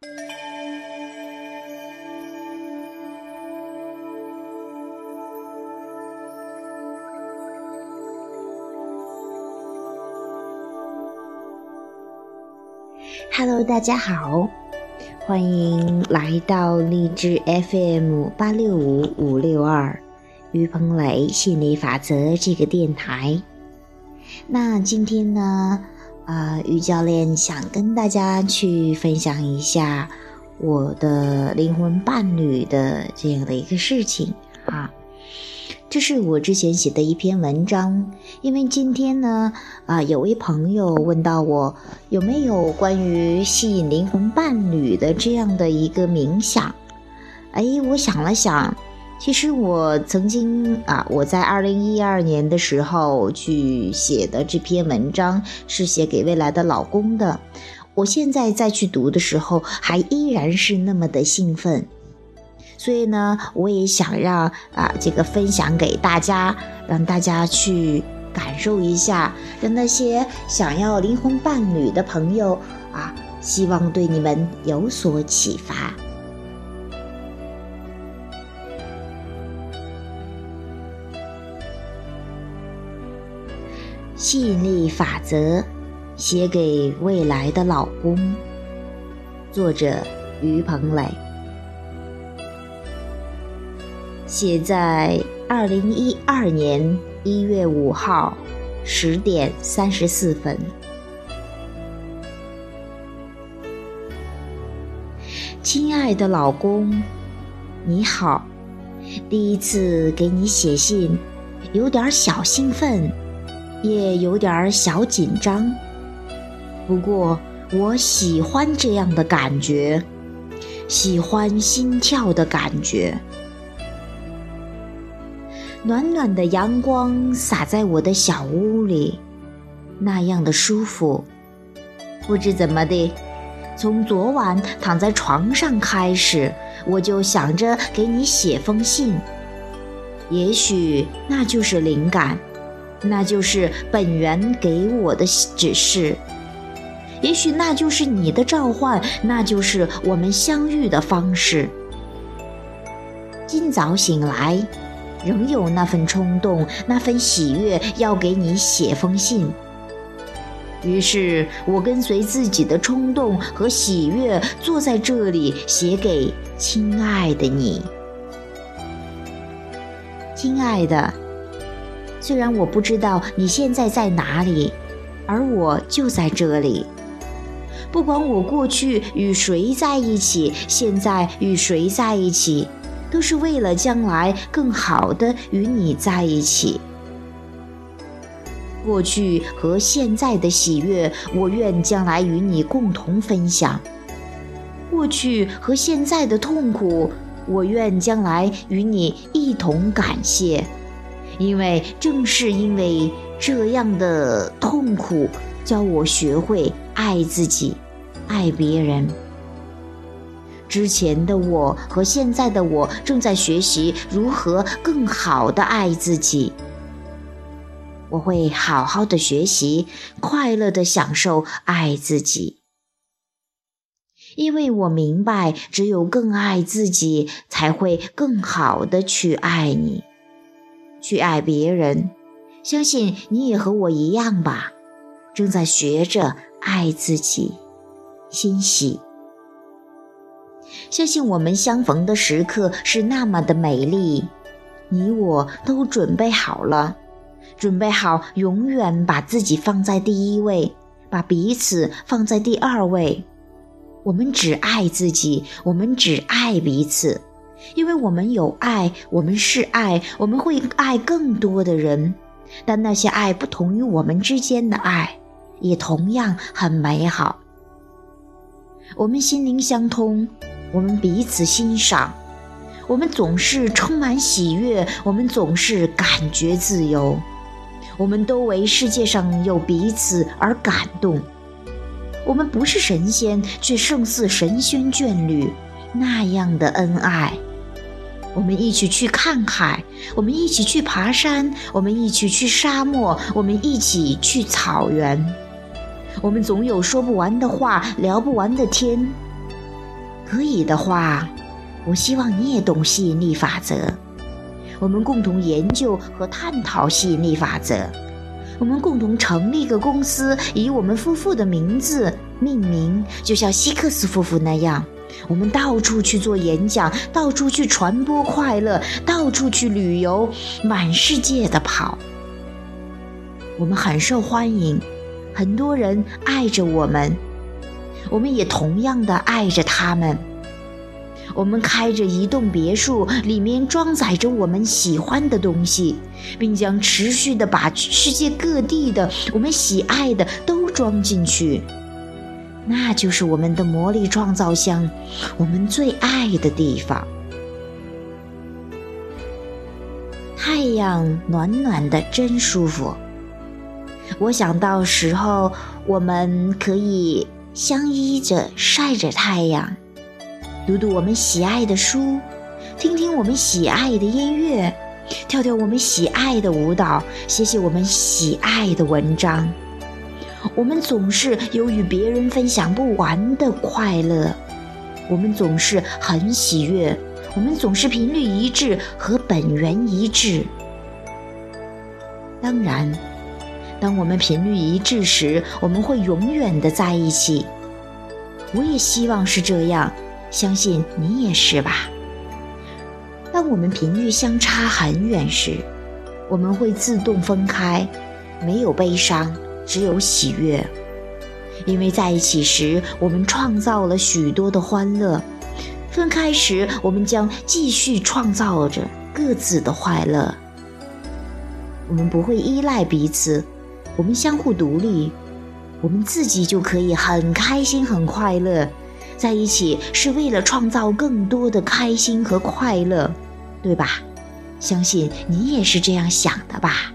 Hello， 大家好，欢迎来到荔枝 FM865562于鹏磊心理法则这个电台。那今天呢，于教练想跟大家去分享一下我的灵魂伴侣的这样的一个事情啊。这是我之前写的一篇文章，因为今天呢，有位朋友问到我有没有关于吸引灵魂伴侣的这样的一个冥想。我想了想，其实我曾经我在2012年的时候去写的这篇文章是写给未来的老公的，我现在再去读的时候还依然是那么的兴奋。所以呢，我也想让这个分享给大家，让大家去感受一下，让那些想要灵魂伴侣的朋友希望对你们有所启发。吸引力法则，写给未来的老公，作者于鹏磊。写在2012年1月5号10点34分。亲爱的老公，你好，第一次给你写信，有点小兴奋，也有点小紧张。不过我喜欢这样的感觉，喜欢心跳的感觉。暖暖的阳光洒在我的小屋里，那样的舒服。不知怎么的，从昨晚躺在床上开始，我就想着给你写封信。也许那就是灵感，那就是本源给我的指示。也许那就是你的召唤，那就是我们相遇的方式。今早醒来，仍有那份冲动，那份喜悦，要给你写封信。于是我跟随自己的冲动和喜悦，坐在这里写给亲爱的你。亲爱的，虽然我不知道你现在在哪里，而我就在这里。不管我过去与谁在一起，现在与谁在一起，都是为了将来更好的与你在一起。过去和现在的喜悦，我愿将来与你共同分享；过去和现在的痛苦，我愿将来与你一同感谢。因为正是因为这样的痛苦，教我学会爱自己，爱别人。之前的我和现在的我正在学习如何更好地爱自己。我会好好的学习，快乐地享受爱自己。因为我明白，只有更爱自己，才会更好地去爱你，去爱别人。相信你也和我一样吧，正在学着爱自己，欣喜。相信我们相逢的时刻是那么的美丽，你我都准备好了，准备好永远把自己放在第一位，把彼此放在第二位。我们只爱自己，我们只爱彼此，因为我们有爱，我们是爱，我们会爱更多的人，但那些爱不同于我们之间的爱，也同样很美好。我们心灵相通，我们彼此欣赏，我们总是充满喜悦，我们总是感觉自由，我们都为世界上有彼此而感动。我们不是神仙，却胜似神仙眷侣那样的恩爱。我们一起去看海，我们一起去爬山，我们一起去沙漠，我们一起去草原。我们总有说不完的话，聊不完的天。 可以的话，我希望你也懂吸引力法则。我们共同研究和探讨吸引力法则。我们共同成立一个公司，以我们夫妇的名字命名，就像希克斯夫妇那样。我们到处去做演讲，到处去传播快乐，到处去旅游，满世界的跑。我们很受欢迎，很多人爱着我们，我们也同样的爱着他们。我们开着一栋别墅，里面装载着我们喜欢的东西，并将持续的把世界各地的我们喜爱的都装进去。那就是我们的魔力创造箱，我们最爱的地方。太阳暖暖的，真舒服。我想到时候我们可以相依着晒着太阳，读读我们喜爱的书，听听我们喜爱的音乐，跳跳我们喜爱的舞蹈，写写我们喜爱的文章。我们总是有与别人分享不完的快乐，我们总是很喜悦，我们总是频率一致和本源一致。当然，当我们频率一致时，我们会永远的在一起。我也希望是这样，相信你也是吧。当我们频率相差很远时，我们会自动分开，没有悲伤，只有喜悦。因为在一起时，我们创造了许多的欢乐，分开时，我们将继续创造着各自的快乐。我们不会依赖彼此，我们相互独立，我们自己就可以很开心很快乐。在一起是为了创造更多的开心和快乐，对吧？相信你也是这样想的吧。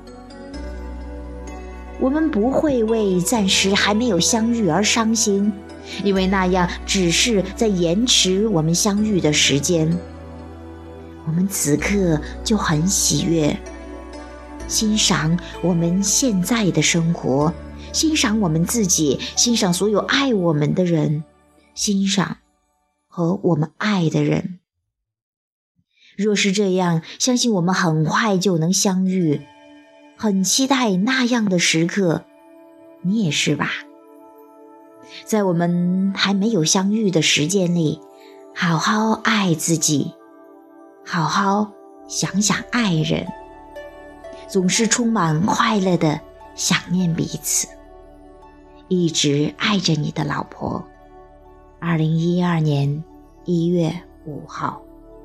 我们不会为暂时还没有相遇而伤心，因为那样只是在延迟我们相遇的时间。我们此刻就很喜悦，欣赏我们现在的生活，欣赏我们自己，欣赏所有爱我们的人，欣赏和我们爱的人。若是这样，相信我们很快就能相遇，很期待那样的时刻，你也是吧？在我们还没有相遇的时间里，好好爱自己，好好想想爱人，总是充满快乐的想念彼此。一直爱着你的老婆。2012年1月5号。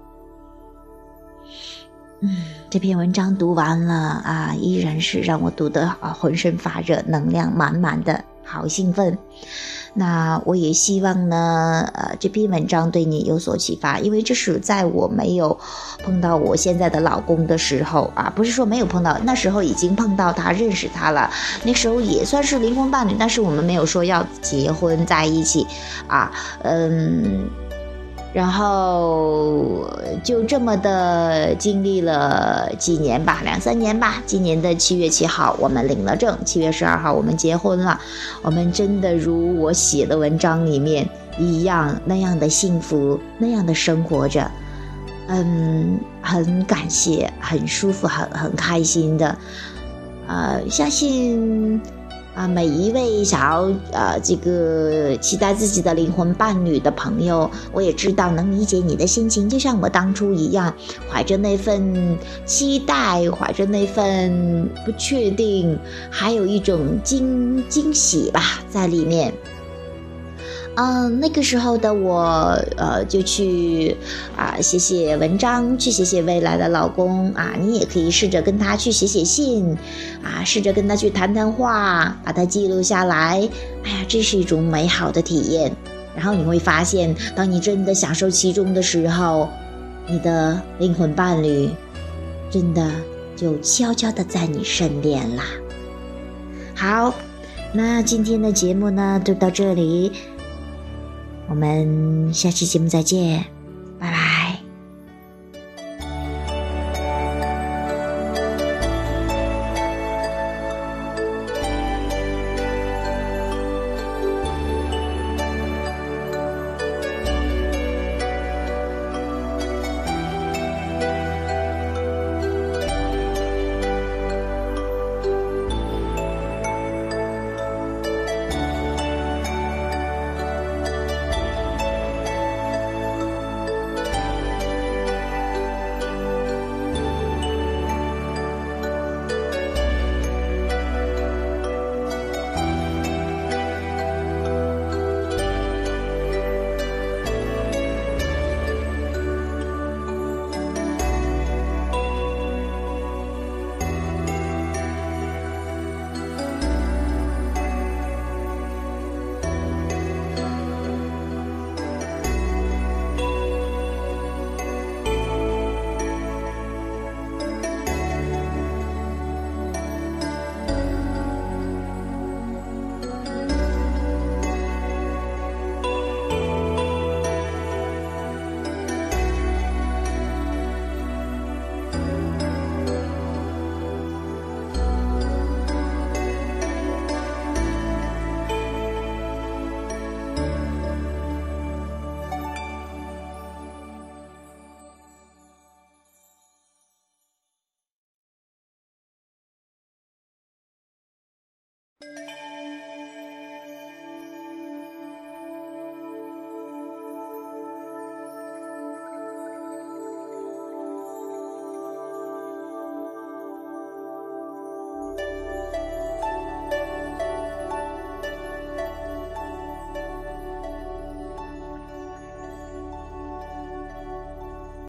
这篇文章读完了啊，依然是让我读得浑身发热，能量满满的，好兴奋。那我也希望呢，这篇文章对你有所启发，因为这是在我没有碰到我现在的老公的时候啊，不是说没有碰到，那时候已经碰到他，认识他了，那时候也算是灵魂伴侣，但是我们没有说要结婚在一起啊，然后就这么的经历了几年吧，2-3年吧。今年的7月7号我们领了证，7月12号我们结婚了。我们真的如我写的文章里面一样，那样的幸福，那样的生活着。很感谢，很舒服，很开心的。相信每一位想要这个期待自己的灵魂伴侣的朋友，我也知道能理解你的心情，就像我当初一样，怀着那份期待，怀着那份不确定，还有一种惊喜吧在里面。那个时候的我就去写写文章，去写写未来的老公你也可以试着跟他去写写信试着跟他去谈谈话，把它记录下来。这是一种美好的体验。然后你会发现，当你真的享受其中的时候，你的灵魂伴侣真的就悄悄的在你身边啦。好，那今天的节目呢就到这里，我们下期节目再见，拜拜。